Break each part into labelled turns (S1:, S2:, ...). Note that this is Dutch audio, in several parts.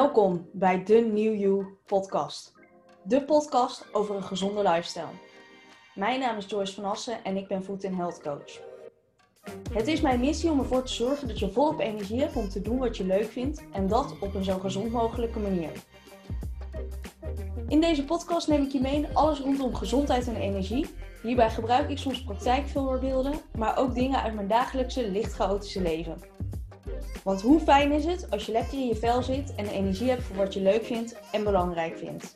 S1: Welkom bij de New You podcast. De podcast over een gezonde lifestyle. Mijn naam is Joyce van Assen en ik ben Food & Health Coach. Het is mijn missie om ervoor te zorgen dat je volop energie hebt om te doen wat je leuk vindt en dat op een zo gezond mogelijke manier. In deze podcast neem ik je mee in alles rondom gezondheid en energie. Hierbij gebruik ik soms praktijkvoorbeelden, maar ook dingen uit mijn dagelijkse licht chaotische leven. Want hoe fijn is het als je lekker in je vel zit en energie hebt voor wat je leuk vindt en belangrijk vindt.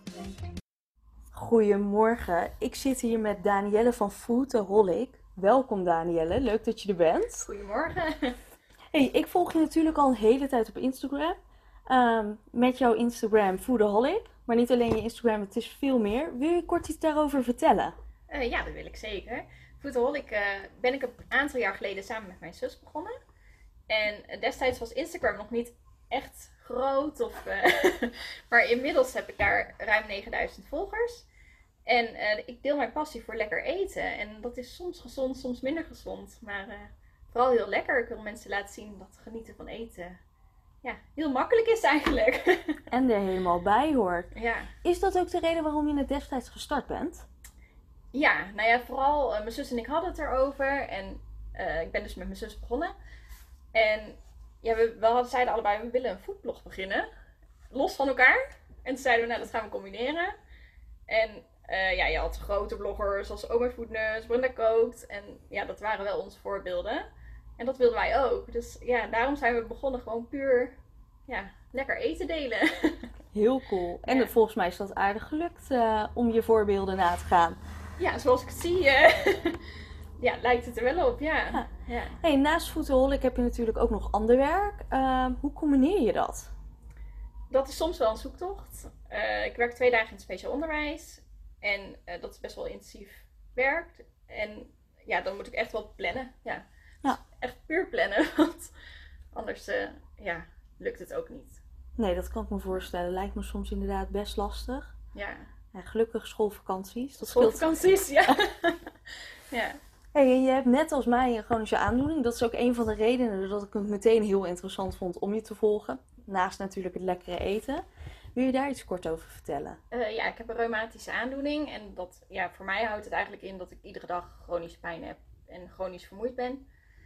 S1: Goedemorgen, ik zit hier met Danielle van Foodaholic. Welkom Danielle, leuk dat je er bent.
S2: Goedemorgen.
S1: Hey, ik volg je natuurlijk al een hele tijd op Instagram. Met jouw Instagram Foodaholic. Maar niet alleen je Instagram, het is veel meer. Wil je kort iets daarover vertellen?
S2: Ja, dat wil ik zeker. Foodaholic ben ik een aantal jaar geleden samen met mijn zus begonnen. En destijds was Instagram nog niet echt groot. Maar inmiddels heb ik daar ruim 9000 volgers. En ik deel mijn passie voor lekker eten. En dat is soms gezond, soms minder gezond. Maar vooral heel lekker. Ik wil mensen laten zien dat genieten van eten heel makkelijk is eigenlijk.
S1: En er helemaal bij hoort.
S2: Ja.
S1: Is dat ook de reden waarom je het destijds gestart bent?
S2: Ja, nou ja, vooral mijn zus en ik hadden het erover. En ik ben dus met mijn zus begonnen. En ja, we zeiden allebei, we willen een foodblog beginnen. Los van elkaar. En toen zeiden we, nou dat gaan we combineren. En je had grote bloggers zoals Oma Foodness, Brenda Kookt. En ja, dat waren wel onze voorbeelden. En dat wilden wij ook. Dus ja, daarom zijn we begonnen gewoon puur lekker eten delen.
S1: Heel cool. En volgens mij is dat aardig gelukt om je voorbeelden na te gaan.
S2: Ja, zoals ik het zie, lijkt het er wel op, ja.
S1: Hey, naast Foodaholic heb je natuurlijk ook nog ander werk. Hoe combineer je dat?
S2: Dat is soms wel een zoektocht. Ik werk 2 dagen in het speciaal onderwijs. En dat is best wel intensief werk. En ja, dan moet ik echt wel plannen. Ja. Dus echt puur plannen. Want anders lukt het ook niet.
S1: Nee, dat kan ik me voorstellen. Lijkt me soms inderdaad best lastig.
S2: Ja.
S1: Gelukkig schoolvakanties.
S2: Schoolvakanties, ja. Ja.
S1: Hey, en je hebt net als mij een chronische aandoening. Dat is ook een van de redenen dat ik het meteen heel interessant vond om je te volgen. Naast natuurlijk het lekkere eten. Wil je daar iets kort over vertellen?
S2: Ik heb een reumatische aandoening. En dat, voor mij houdt het eigenlijk in dat ik iedere dag chronische pijn heb en chronisch vermoeid ben.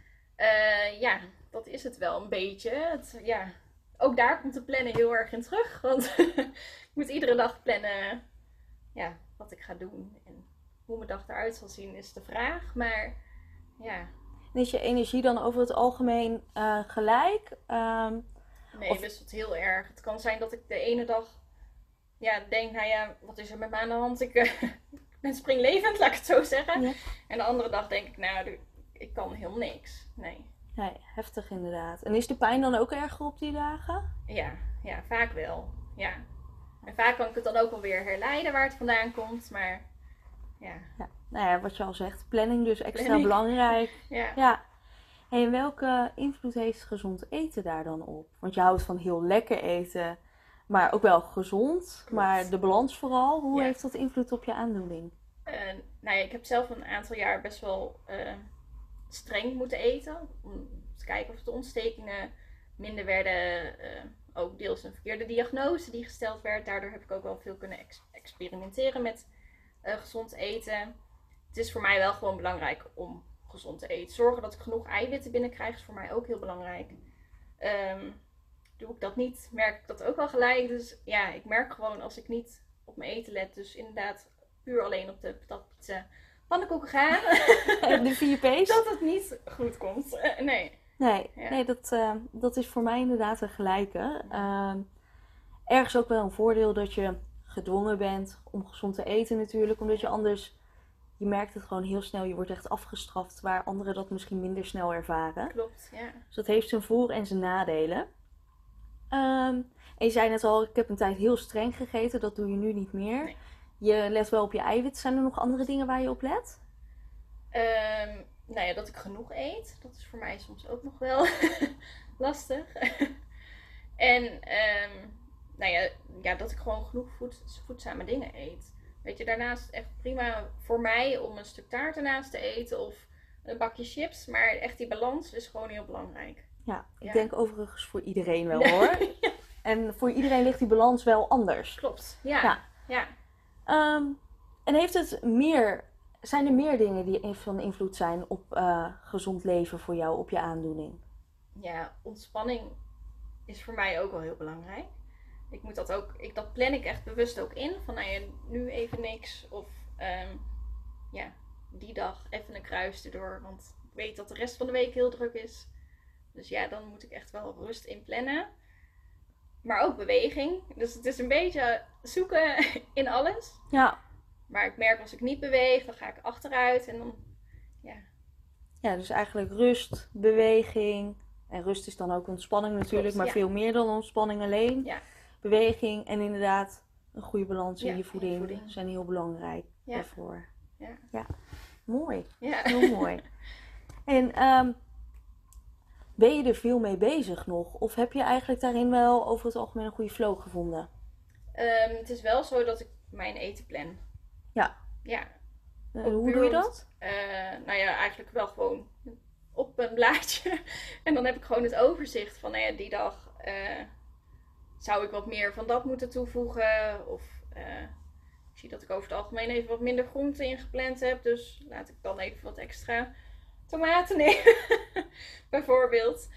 S2: Dat is het wel een beetje. Ook daar komt de plannen heel erg in terug. Want ik moet iedere dag plannen wat ik ga doen. En hoe mijn dag eruit zal zien is de vraag. Maar ja.
S1: En is je energie dan over het algemeen gelijk?
S2: Nee, het wisselt heel erg. Het kan zijn dat ik de ene dag denk, wat is er met me aan de hand? Ik ben springlevend, laat ik het zo zeggen. Ja. En de andere dag denk ik, ik kan helemaal niks. Nee,
S1: heftig inderdaad. En is de pijn dan ook erger op die dagen?
S2: Ja, vaak wel. Ja. En vaak kan ik het dan ook wel weer herleiden waar het vandaan komt, maar
S1: wat je al zegt, planning dus extra belangrijk. Ja. En welke invloed heeft gezond eten daar dan op? Want je houdt van heel lekker eten, maar ook wel gezond. Klopt. Maar de balans vooral, hoe heeft dat invloed op je aandoening?
S2: Ik heb zelf een aantal jaar best wel streng moeten eten. Om te kijken of de ontstekingen minder werden. Ook deels een verkeerde diagnose die gesteld werd. Daardoor heb ik ook wel veel kunnen experimenteren met gezond eten. Het is voor mij wel gewoon belangrijk om gezond te eten. Zorgen dat ik genoeg eiwitten binnenkrijg is voor mij ook heel belangrijk. Doe ik dat niet, merk ik dat ook wel gelijk. Dus ik merk gewoon als ik niet op mijn eten let. Dus inderdaad puur alleen op de patatpizza pannenkoeken gaan.
S1: De 4 P's?
S2: Dat het niet goed komt. Nee.
S1: Nee, dat is voor mij inderdaad een gelijke. Ergens ook wel een voordeel dat je gedwongen bent om gezond te eten natuurlijk. Omdat je anders, je merkt het gewoon heel snel, je wordt echt afgestraft. Waar anderen dat misschien minder snel ervaren.
S2: Klopt, ja.
S1: Dus dat heeft zijn voor- en zijn nadelen. En je zei net al, ik heb een tijd heel streng gegeten. Dat doe je nu niet meer. Nee. Je let wel op je eiwit. Zijn er nog andere dingen waar je op let?
S2: Dat ik genoeg eet. Dat is voor mij soms ook nog wel lastig. En dat ik gewoon genoeg voedzame dingen eet. Weet je, daarnaast echt prima voor mij om een stuk taart ernaast te eten of een bakje chips. Maar echt die balans is gewoon heel belangrijk.
S1: Ja, ik denk overigens voor iedereen wel hoor. En voor iedereen ligt die balans wel anders.
S2: Klopt, ja.
S1: En zijn er meer dingen die van invloed zijn op gezond leven voor jou, op je aandoening?
S2: Ja, ontspanning is voor mij ook wel heel belangrijk. Dat plan ik echt bewust ook in. Van nu even niks. Of die dag even een kruis erdoor. Want ik weet dat de rest van de week heel druk is. Dus ja, dan moet ik echt wel rust in plannen. Maar ook beweging. Dus het is een beetje zoeken in alles.
S1: Ja.
S2: Maar ik merk als ik niet beweeg, dan ga ik achteruit. En dan,
S1: Ja, dus eigenlijk rust, beweging. En rust is dan ook ontspanning natuurlijk. Klopt, maar veel meer dan ontspanning alleen.
S2: Ja.
S1: Beweging en inderdaad een goede balans in je voeding.
S2: voeding
S1: zijn heel belangrijk daarvoor.
S2: Ja.
S1: Mooi.
S2: Ja.
S1: Heel mooi. En ben je er veel mee bezig nog? Of heb je eigenlijk daarin wel over het algemeen een goede flow gevonden?
S2: Het is wel zo dat ik mijn eten plan.
S1: Ja.
S2: Ja.
S1: Hoe doe je dat?
S2: Eigenlijk wel gewoon op een blaadje. En dan heb ik gewoon het overzicht van die dag zou ik wat meer van dat moeten toevoegen. Of ik zie dat ik over het algemeen even wat minder groenten ingepland heb. Dus laat ik dan even wat extra tomaten nemen. Bijvoorbeeld.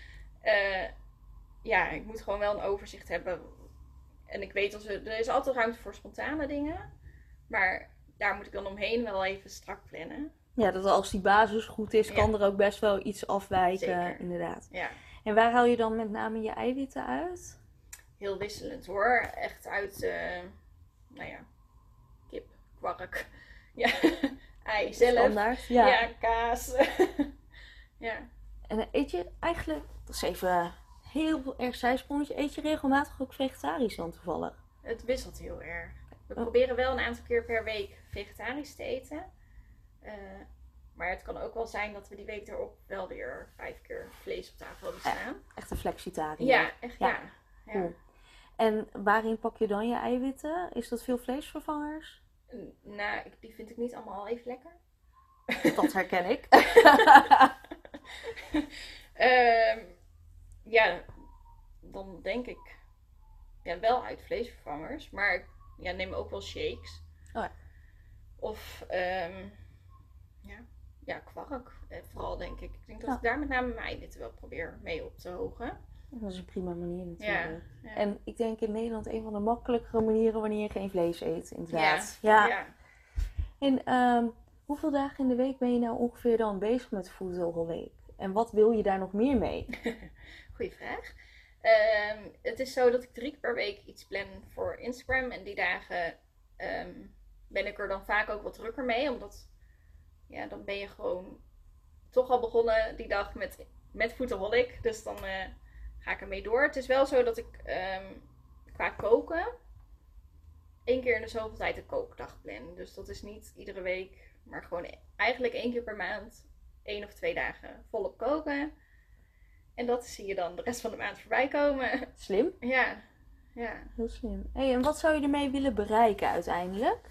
S2: Ik moet gewoon wel een overzicht hebben. En ik weet er is altijd ruimte voor spontane dingen. Maar daar moet ik dan omheen wel even strak plannen.
S1: Ja, dat als die basis goed is, kan er ook best wel iets afwijken.
S2: Zeker.
S1: Inderdaad.
S2: Ja.
S1: En waar haal je dan met name je eiwitten uit?
S2: Heel wisselend hoor. Echt uit, kip, kwark, ei zelf.
S1: Standaard,
S2: ja kaas. Ja.
S1: En eet je eigenlijk, dat is even een heel erg zijsprongetje, eet je regelmatig ook vegetarisch dan toevallig?
S2: Het wisselt heel erg. We proberen wel een aantal keer per week vegetarisch te eten. Maar het kan ook wel zijn dat we die week erop wel weer 5 keer vlees op tafel hebben staan.
S1: Echt een flexitariër.
S2: Ja, echt ja.
S1: Cool. En waarin pak je dan je eiwitten? Is dat veel vleesvervangers?
S2: Nou, die vind ik niet allemaal even lekker.
S1: Dat herken ik.
S2: Dan denk ik wel uit vleesvervangers. Maar ik neem ook wel shakes.
S1: Oh ja.
S2: Of kwark. Vooral denk ik. Ik denk dat ik daar met name mijn eiwitten wel probeer mee op te hogen.
S1: Dat is een prima manier natuurlijk.
S2: Ja.
S1: En ik denk in Nederland een van de makkelijkere manieren wanneer je geen vlees eet, inderdaad.
S2: Ja.
S1: En hoeveel dagen in de week ben je nou ongeveer dan bezig met Food the Whole Week? En wat wil je daar nog meer mee?
S2: Goeie vraag. Het is zo dat ik 3 keer per week iets plan voor Instagram. En die dagen ben ik er dan vaak ook wat drukker mee. Omdat dan ben je gewoon toch al begonnen die dag met Foodaholic. Dus dan ga ik ermee door. Het is wel zo dat ik qua koken 1 keer in de zoveel tijd een kookdag plan. Dus dat is niet iedere week, maar gewoon eigenlijk 1 keer per maand 1 of 2 dagen volop koken. En dat zie je dan de rest van de maand voorbij komen.
S1: Slim.
S2: Ja.
S1: Heel slim. Hey, en wat zou je ermee willen bereiken uiteindelijk?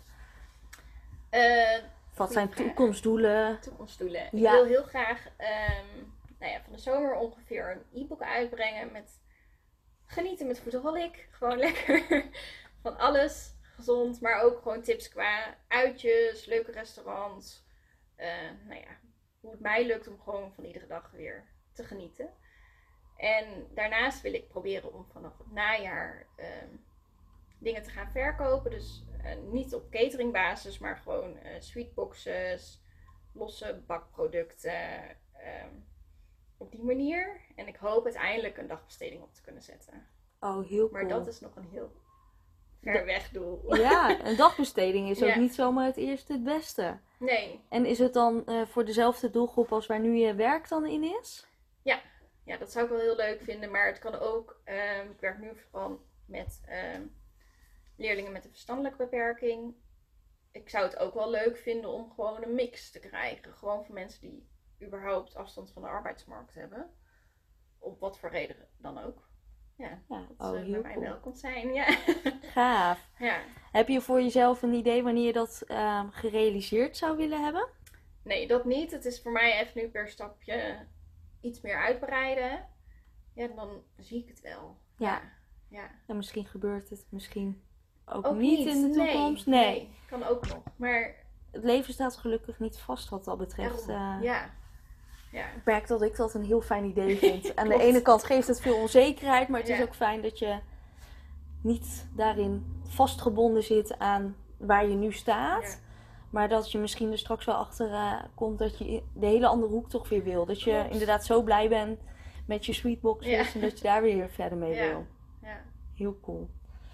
S1: Wat zijn toekomstdoelen?
S2: Ik wil heel graag van de zomer ongeveer een e-book uitbrengen met genieten met Foodaholic. Gewoon lekker van alles. Gezond, maar ook gewoon tips qua uitjes, leuke restaurants. Hoe het mij lukt om gewoon van iedere dag weer te genieten. En daarnaast wil ik proberen om vanaf het najaar dingen te gaan verkopen. Dus niet op cateringbasis, maar gewoon sweetboxes, losse bakproducten. Op die manier. En ik hoop uiteindelijk een dagbesteding op te kunnen zetten.
S1: Oh, heel
S2: maar
S1: cool.
S2: Dat is nog een heel ver weg doel.
S1: Ja, een dagbesteding is ook niet zomaar het eerste het beste.
S2: Nee.
S1: En is het dan voor dezelfde doelgroep als waar nu je werk dan in is?
S2: Ja, dat zou ik wel heel leuk vinden. Maar het kan ook, ik werk nu vooral met leerlingen met een verstandelijke beperking. Ik zou het ook wel leuk vinden om gewoon een mix te krijgen. Gewoon voor mensen die überhaupt afstand van de arbeidsmarkt hebben. Op wat voor reden dan ook. Ja, dat zou bij mij welkom zijn. Ja.
S1: Gaaf.
S2: Ja.
S1: Heb je voor jezelf een idee wanneer je dat gerealiseerd zou willen hebben?
S2: Nee, dat niet. Het is voor mij echt nu per stapje iets meer uitbreiden. Ja, dan zie ik het wel.
S1: Ja.
S2: Ja.
S3: En misschien gebeurt het misschien ook
S2: Ook
S3: niet in de toekomst. Nee.
S2: Kan ook nog. Maar
S3: Het leven staat gelukkig niet vast wat dat betreft.
S2: ja.
S3: Ik merk dat ik dat een heel fijn idee vind. Aan de
S2: Klopt.
S3: ene kant geeft het veel onzekerheid, maar het is
S2: Ja.
S3: ook fijn dat je niet daarin vastgebonden zit aan waar je nu staat.
S2: Ja.
S3: Maar dat je misschien er straks wel achter komt dat je de hele andere hoek toch weer wil. Dat je
S2: Klopt.
S3: inderdaad zo blij bent met je sweetboxes
S2: Ja.
S3: en dat je daar weer verder mee
S2: Ja.
S3: wil.
S2: Ja.
S3: Heel cool.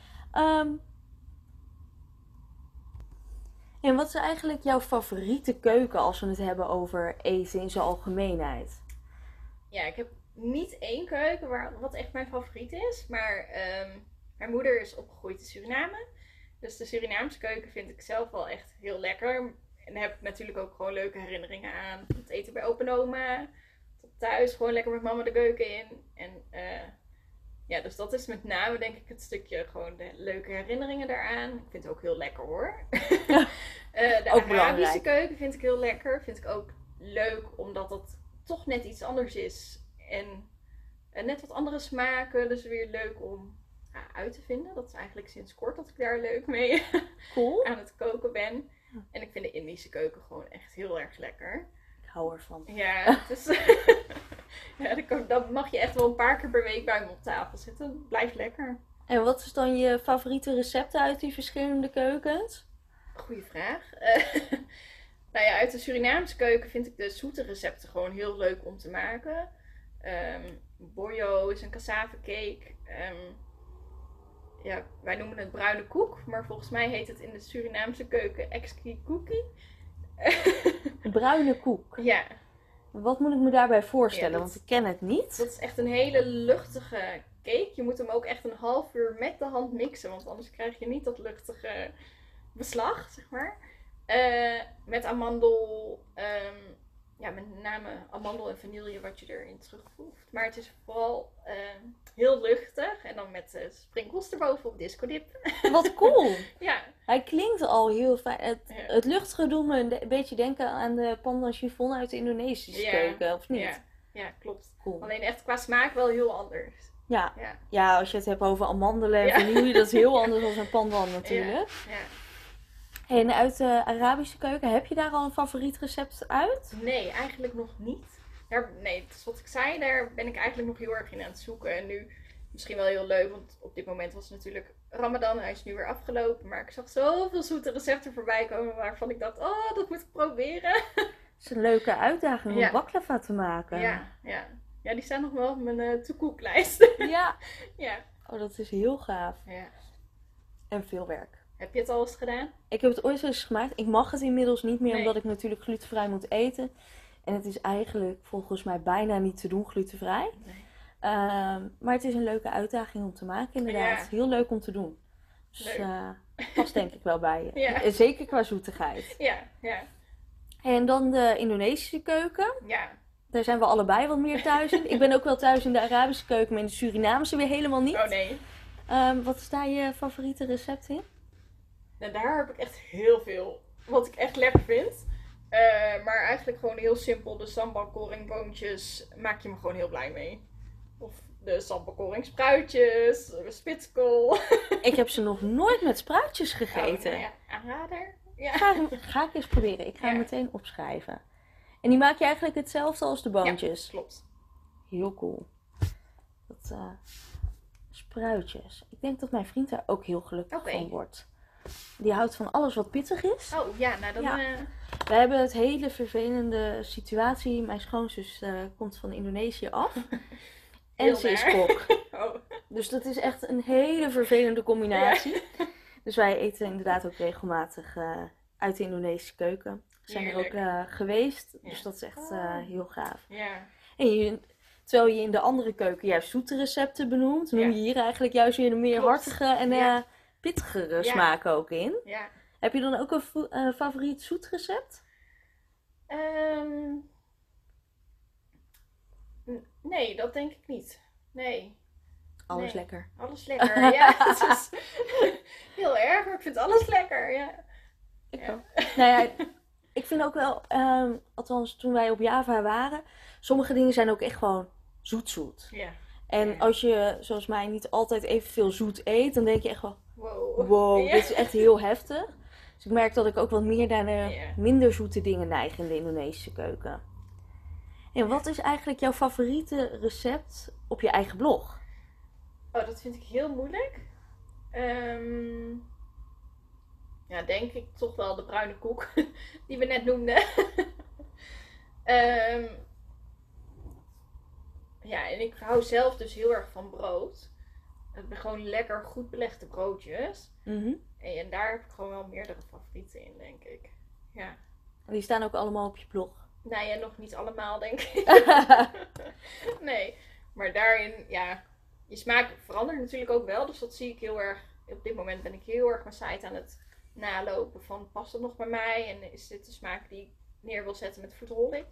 S3: En wat is eigenlijk jouw favoriete keuken als we het hebben over eten in zijn algemeenheid?
S2: Ja, ik heb niet één keuken wat echt mijn favoriet is. Maar mijn moeder is opgegroeid in Suriname. Dus de Surinaamse keuken vind ik zelf wel echt heel lekker. En daar heb ik natuurlijk ook gewoon leuke herinneringen aan. Het eten bij opa en oma. Tot thuis gewoon lekker met mama de keuken in. En ja, dus dat is met name denk ik het stukje gewoon de leuke herinneringen daaraan. Ik vind het ook heel lekker hoor. De
S3: Ook
S2: Arabische
S3: belangrijk.
S2: keuken vind ik heel lekker. Vind ik ook leuk omdat het toch net iets anders is. En net wat andere smaken. Dus weer leuk om uit te vinden. Dat is eigenlijk sinds kort dat ik daar leuk mee
S3: Cool.
S2: aan het koken ben. En ik vind de Indische keuken gewoon echt heel erg lekker.
S3: Ik hou ervan.
S2: Ja, dus dan mag je echt wel een paar keer per week bij me op tafel zitten. Blijft lekker.
S3: En wat is dan je favoriete recepten uit die verschillende keukens?
S2: Goeie vraag. Nou ja, uit de Surinaamse keuken vind ik de zoete recepten gewoon heel leuk om te maken. Boyo is een cassavecake. Ja, wij noemen het bruine koek, maar volgens mij heet het in de Surinaamse keuken exki cookie.
S3: Bruine koek.
S2: Ja,
S3: Wat moet ik me daarbij voorstellen?
S2: Ja, dat-
S3: Want ik ken het niet.
S2: dat is echt een hele luchtige cake. Je moet hem ook echt een half uur met de hand mixen, want anders krijg je niet dat luchtige beslag, zeg maar. Met amandel, ja, met name amandel en vanille wat je erin terugvoegt. Maar het is vooral heel luchtig en dan met sprinkels erboven op disco dip.
S3: Wat cool.
S2: Ja,
S3: Hij klinkt al heel fijn.
S2: Ja.
S3: Het luchtige doet me een beetje denken aan de pandan chiffon uit de Indonesische
S2: Ja.
S3: keuken, of niet?
S2: ja, klopt.
S3: Cool.
S2: Alleen echt qua smaak wel heel anders.
S3: Ja.
S2: Ja,
S3: Ja, als je het hebt over amandelen en
S2: Ja.
S3: vanille, dat is heel anders dan een pandan natuurlijk.
S2: ja.
S3: En uit de Arabische keuken, heb je daar al een favoriet recept uit?
S2: Nee, eigenlijk nog niet. Nee, het is wat ik zei, daar ben ik eigenlijk nog heel erg in aan het zoeken. En nu misschien wel heel leuk, want op dit moment was het natuurlijk Ramadan. Hij is nu weer afgelopen, maar ik zag zoveel zoete recepten voorbij komen waarvan ik dacht, oh, dat moet ik proberen.
S3: Het is een leuke uitdaging om
S2: Ja.
S3: baklava te maken.
S2: Ja, die staan nog wel op mijn to-cook-lijst.
S3: Ja.
S2: Ja.
S3: Oh, dat is heel gaaf.
S2: Ja.
S3: En veel werk.
S2: Heb je het al eens gedaan?
S3: Ik heb het ooit eens gemaakt. Ik mag het inmiddels niet meer,
S2: Nee.
S3: omdat ik natuurlijk glutenvrij moet eten. En het is eigenlijk volgens mij bijna niet te doen glutenvrij.
S2: Nee.
S3: Maar het is een leuke uitdaging om te maken, inderdaad.
S2: Ja.
S3: Heel leuk om te doen. Dus past denk ik wel bij je.
S2: Ja.
S3: En zeker qua zoetigheid.
S2: Ja.
S3: En dan de Indonesische keuken.
S2: Ja.
S3: Daar zijn we allebei wat meer thuis in. Ik ben ook wel thuis in de Arabische keuken, maar in de Surinaamse weer helemaal niet.
S2: Oh nee.
S3: Wat is daar je favoriete recept in?
S2: Nou, daar heb ik echt heel veel wat ik echt lekker vind. Maar eigenlijk gewoon heel simpel. De sambal koringboontjes maak je me gewoon heel blij mee. Of de sambal koringspruitjes, de spitskool.
S3: Ik heb ze nog nooit met spruitjes gegeten.
S2: Oh, nou ja, aanrader. Ja.
S3: Ga ik eens proberen. Ik ga hem
S2: Ja.
S3: meteen opschrijven. En die maak je eigenlijk hetzelfde als de boontjes?
S2: Klopt.
S3: Heel cool. Dat, spruitjes. Ik denk dat mijn vriend daar ook heel gelukkig
S2: Oké.
S3: van wordt. Die houdt van alles wat pittig is.
S2: Oh ja, nou dan...
S3: Ja. We hebben het hele vervelende situatie. Mijn schoonzus komt van Indonesië af. En
S2: Heel
S3: ze is
S2: naar.
S3: kok.
S2: Oh.
S3: Dus dat is echt een hele vervelende combinatie. Dus wij eten inderdaad ook regelmatig uit de Indonesische keuken. We zijn er ook geweest.
S2: Ja.
S3: Dus dat is echt
S2: Oh.
S3: heel gaaf.
S2: Ja.
S3: En terwijl je in de andere keuken juist zoete recepten benoemt, noem je hier eigenlijk juist weer de meer
S2: Klopt.
S3: hartige en
S2: Ja.
S3: pittigere
S2: Ja.
S3: smaken ook in.
S2: Ja.
S3: Heb je dan ook een favoriet zoet recept?
S2: Nee, dat denk ik niet. Nee.
S3: Alles
S2: Nee.
S3: lekker.
S2: Alles lekker, ja. Het is heel erg, maar ik vind alles lekker, ja.
S3: Ik
S2: Ja.
S3: ook. Nou ja, ik vind ook wel, althans toen wij op Java waren, sommige dingen zijn ook echt gewoon zoet.
S2: Ja.
S3: En
S2: Ja.
S3: als je, zoals mij, niet altijd evenveel zoet eet, dan denk je echt wel,
S2: Wow. Ja.
S3: dit is echt heel heftig. Dus ik merk dat ik ook wat meer naar de
S2: Ja.
S3: minder zoete dingen neig in de Indonesische keuken. En wat is eigenlijk jouw favoriete recept op je eigen blog?
S2: Oh, dat vind ik heel moeilijk. Ja, denk ik toch wel de bruine koek die we net noemden. Ja, en ik hou zelf dus heel erg van brood. Het zijn gewoon lekker goed belegde broodjes.
S3: Mhm.
S2: En daar heb ik gewoon wel meerdere favorieten in, denk ik. Ja.
S3: Die staan ook allemaal op je blog.
S2: Nou ja, nog niet allemaal, denk ik. Nee, maar daarin, ja, je smaak verandert natuurlijk ook wel. Dus dat zie ik heel erg. Op dit moment ben ik heel erg mijn site aan het nalopen van, past dat nog bij mij? En is dit de smaak die ik neer wil zetten met Foodholic?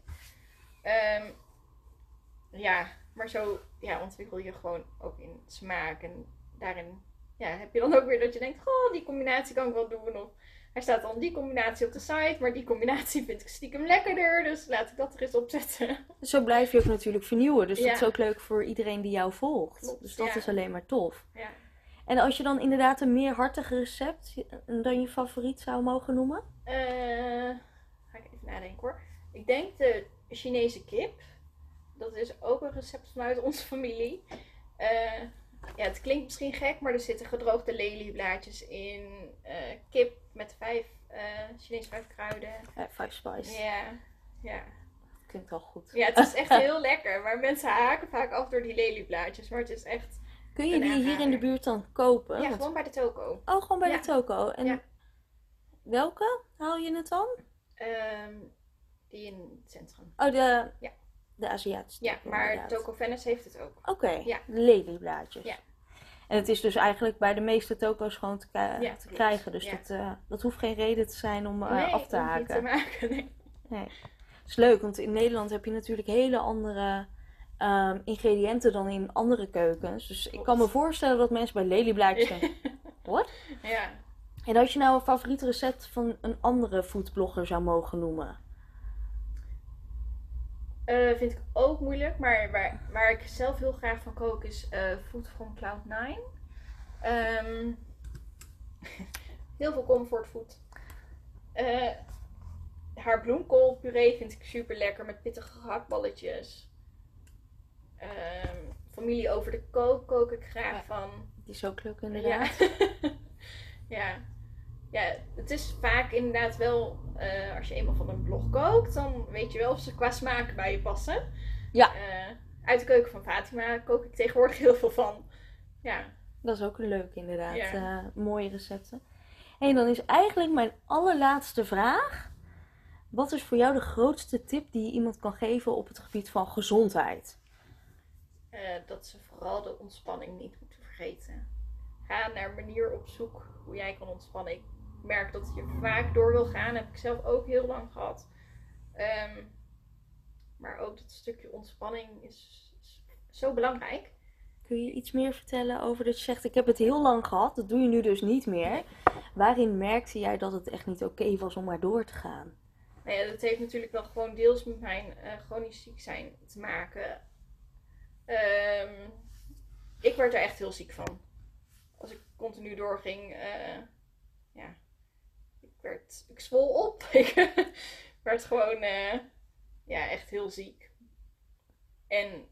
S2: Ja, maar zo ontwikkel je gewoon ook in smaak. En daarin heb je dan ook weer dat je denkt, goh, die combinatie kan ik wel doen. Of er staat dan die combinatie op de site, maar die combinatie vind ik stiekem lekkerder. Dus laat ik dat er eens opzetten.
S3: Zo blijf je ook natuurlijk vernieuwen. Dus
S2: Ja.
S3: dat is ook leuk voor iedereen die jou volgt.
S2: Klopt,
S3: Dus dat
S2: ja.
S3: is alleen maar tof.
S2: Ja.
S3: En als je dan inderdaad een meer hartig recept dan je favoriet zou mogen noemen?
S2: Ga ik even nadenken hoor. Ik denk de Chinese kip. Dat is ook een recept vanuit onze familie. Ja, het klinkt misschien gek, maar er zitten gedroogde lelieblaadjes in. Kip met 5 Chinese 5 kruiden.
S3: 5 Spice.
S2: Ja.
S3: Klinkt wel goed.
S2: Ja, het is echt heel lekker. Maar mensen haken vaak af door die lelieblaadjes. Maar het is echt...
S3: Kun je die hier in de buurt dan kopen?
S2: Ja,
S3: Want-
S2: gewoon bij de toko.
S3: Oh, gewoon bij
S2: Ja.
S3: de toko. En
S2: Ja.
S3: welke haal je het dan?
S2: Die in het centrum.
S3: Oh,
S2: Ja.
S3: de Aziatische
S2: Ja,
S3: toko,
S2: maar
S3: inderdaad.
S2: Toko Venice heeft het ook.
S3: Oké,
S2: Ja.
S3: de lelieblaadjes.
S2: Ja.
S3: En het is dus eigenlijk bij de meeste toko's gewoon te
S2: klopt.
S3: krijgen. Dus
S2: Ja.
S3: dat hoeft geen reden te zijn om
S2: Nee,
S3: af te
S2: hoeft niet
S3: haken.
S2: te maken. Nee.
S3: Nee. Dat is leuk, want in Nederland heb je natuurlijk hele andere ingrediënten dan in andere keukens. Dus ik kan me voorstellen dat mensen bij lelieblaadjes denken, what?
S2: Ja.
S3: En als je nou een favoriet recept van een andere foodblogger zou mogen noemen?
S2: Vind ik ook moeilijk, maar waar ik zelf heel graag van kook is Food from Cloud9. Heel veel comfortfood. Haar bloemkoolpuree vind ik super lekker met pittige gehaktballetjes. Familie over de kook ik graag van.
S3: Die is ook leuk inderdaad.
S2: Ja. Ja, het is vaak inderdaad wel, als je eenmaal van een blog kookt, dan weet je wel of ze qua smaak bij je passen.
S3: Ja.
S2: Uit de keuken van Fatima kook ik tegenwoordig heel veel van. Ja.
S3: Dat is ook leuk inderdaad.
S2: Ja.
S3: Mooie recepten. En dan is eigenlijk mijn allerlaatste vraag. Wat is voor jou de grootste tip die je iemand kan geven op het gebied van gezondheid?
S2: Dat ze vooral de ontspanning niet moeten vergeten. Ga naar een manier op zoek hoe jij kan ontspannen. Ik merk dat je vaak door wil gaan. Dat heb ik zelf ook heel lang gehad. Maar ook dat stukje ontspanning is zo belangrijk.
S3: Kun je iets meer vertellen over dat je zegt, ik heb het heel lang gehad, dat doe je nu dus niet meer.
S2: Nee.
S3: Waarin merkte jij dat het echt niet oké was om maar door te gaan?
S2: Nou ja, dat heeft natuurlijk wel gewoon deels met mijn chronisch ziek zijn te maken. Ik werd er echt heel ziek van. Als ik continu doorging, ik zwol op. Ik werd gewoon echt heel ziek. En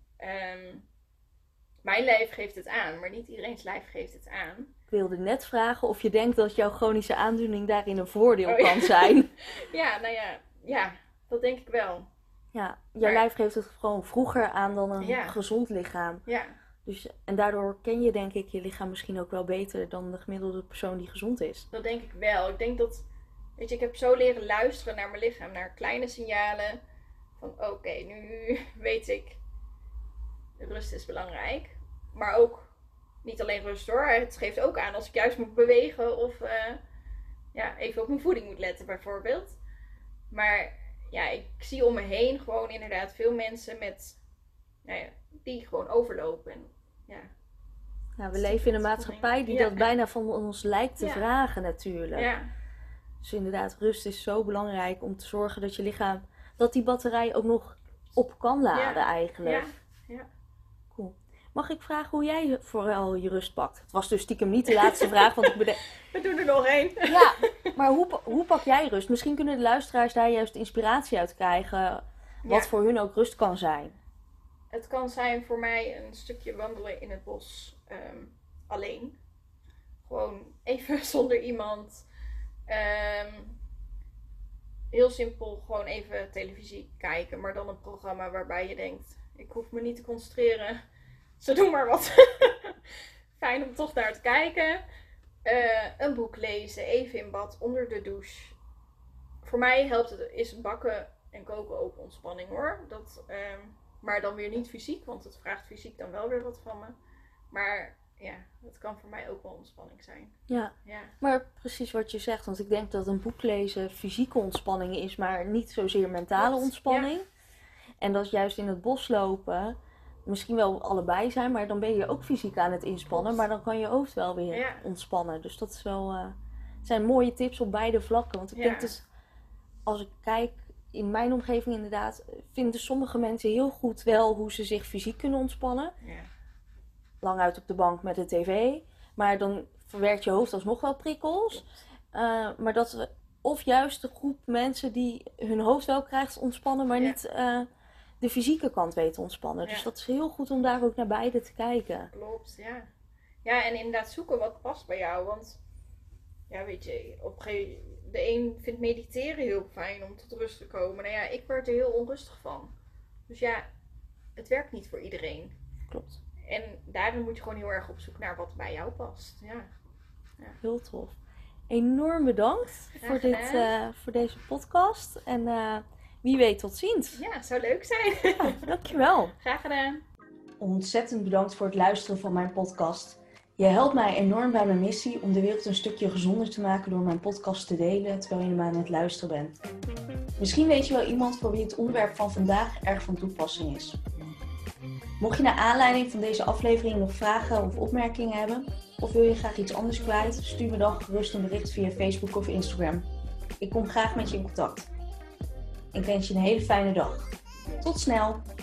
S2: mijn lijf geeft het aan, maar niet iedereen's lijf geeft het aan.
S3: Ik wilde net vragen of je denkt dat jouw chronische aandoening daarin een voordeel
S2: Oh, ja.
S3: kan zijn.
S2: Ja, dat denk ik wel.
S3: Ja, jouw
S2: Maar-
S3: lijf geeft het gewoon vroeger aan dan een
S2: Ja.
S3: gezond lichaam.
S2: Ja,
S3: Dus, en daardoor ken je denk ik je lichaam misschien ook wel beter dan de gemiddelde persoon die gezond is.
S2: dat denk ik wel. Ik denk dat, weet je, ik heb zo leren luisteren naar mijn lichaam, naar kleine signalen. Van oké, nu weet ik, rust is belangrijk. Maar ook, niet alleen rust hoor, het geeft ook aan als ik juist moet bewegen of even op mijn voeding moet letten bijvoorbeeld. Maar ja, ik zie om me heen gewoon inderdaad veel mensen die gewoon overlopen. En,
S3: Nou, we leven in een maatschappij die
S2: Ja.
S3: dat bijna van ons lijkt te
S2: Ja.
S3: vragen natuurlijk.
S2: ja,
S3: Dus inderdaad, rust is zo belangrijk om te zorgen dat je lichaam, dat die batterij ook nog op kan laden eigenlijk.
S2: ja.
S3: Cool. Mag ik vragen hoe jij vooral je rust pakt? Het was dus stiekem niet de laatste vraag, want
S2: We doen er nog één.
S3: Ja, maar hoe pak jij rust? Misschien kunnen de luisteraars daar juist inspiratie uit krijgen, wat voor hun ook rust kan zijn.
S2: Het kan zijn voor mij een stukje wandelen in het bos alleen. Gewoon even zonder iemand. Heel simpel, gewoon even televisie kijken. Maar dan een programma waarbij je denkt, ik hoef me niet te concentreren. Ze doen maar wat. Fijn om toch naar te kijken. Een boek lezen, even in bad, onder de douche. Voor mij helpt het, is bakken en koken ook ontspanning hoor. Maar dan weer niet fysiek, want het vraagt fysiek dan wel weer wat van me. Maar ja, het kan voor mij ook wel ontspanning zijn.
S3: Ja, maar precies wat je zegt. Want ik denk dat een boek lezen fysieke ontspanning is, maar niet zozeer mentale ontspanning. Ja. En dat juist in het bos lopen misschien wel allebei zijn, maar dan ben je ook fysiek aan het inspannen. Maar dan kan je hoofd wel weer ontspannen. Dus dat is wel, zijn mooie tips op beide vlakken. Want ik denk dus, als ik kijk in mijn omgeving inderdaad, vinden sommige mensen heel goed wel hoe ze zich fysiek kunnen ontspannen. Ja. Lang uit op de bank met de tv. Maar dan verwerkt je hoofd alsnog wel prikkels. Maar dat of juist de groep mensen die hun hoofd wel krijgt ontspannen, maar niet de fysieke kant weten ontspannen. Ja. Dus dat is heel goed om daar ook naar beide te kijken.
S2: Klopt, ja. Ja, en inderdaad zoeken wat past bij jou. Want ja, weet je, de een vindt mediteren heel fijn om tot rust te komen. Nou ja, ik word er heel onrustig van. Dus ja, het werkt niet voor iedereen.
S3: Klopt.
S2: En daarin moet je gewoon heel erg op zoek naar wat bij jou past. Ja.
S3: Heel tof. Enorm bedankt voor deze podcast. En wie weet tot ziens.
S2: Ja, zou leuk zijn.
S3: Ja, dankjewel.
S2: Graag gedaan.
S1: Ontzettend bedankt voor het luisteren van mijn podcast. Je helpt mij enorm bij mijn missie om de wereld een stukje gezonder te maken door mijn podcast te delen terwijl je hem aan het luisteren bent. Misschien weet je wel iemand voor wie het onderwerp van vandaag erg van toepassing is. Mocht je naar aanleiding van deze aflevering nog vragen of opmerkingen hebben, of wil je graag iets anders kwijt, stuur me dan gerust een bericht via Facebook of Instagram. Ik kom graag met je in contact. Ik wens je een hele fijne dag. Tot snel!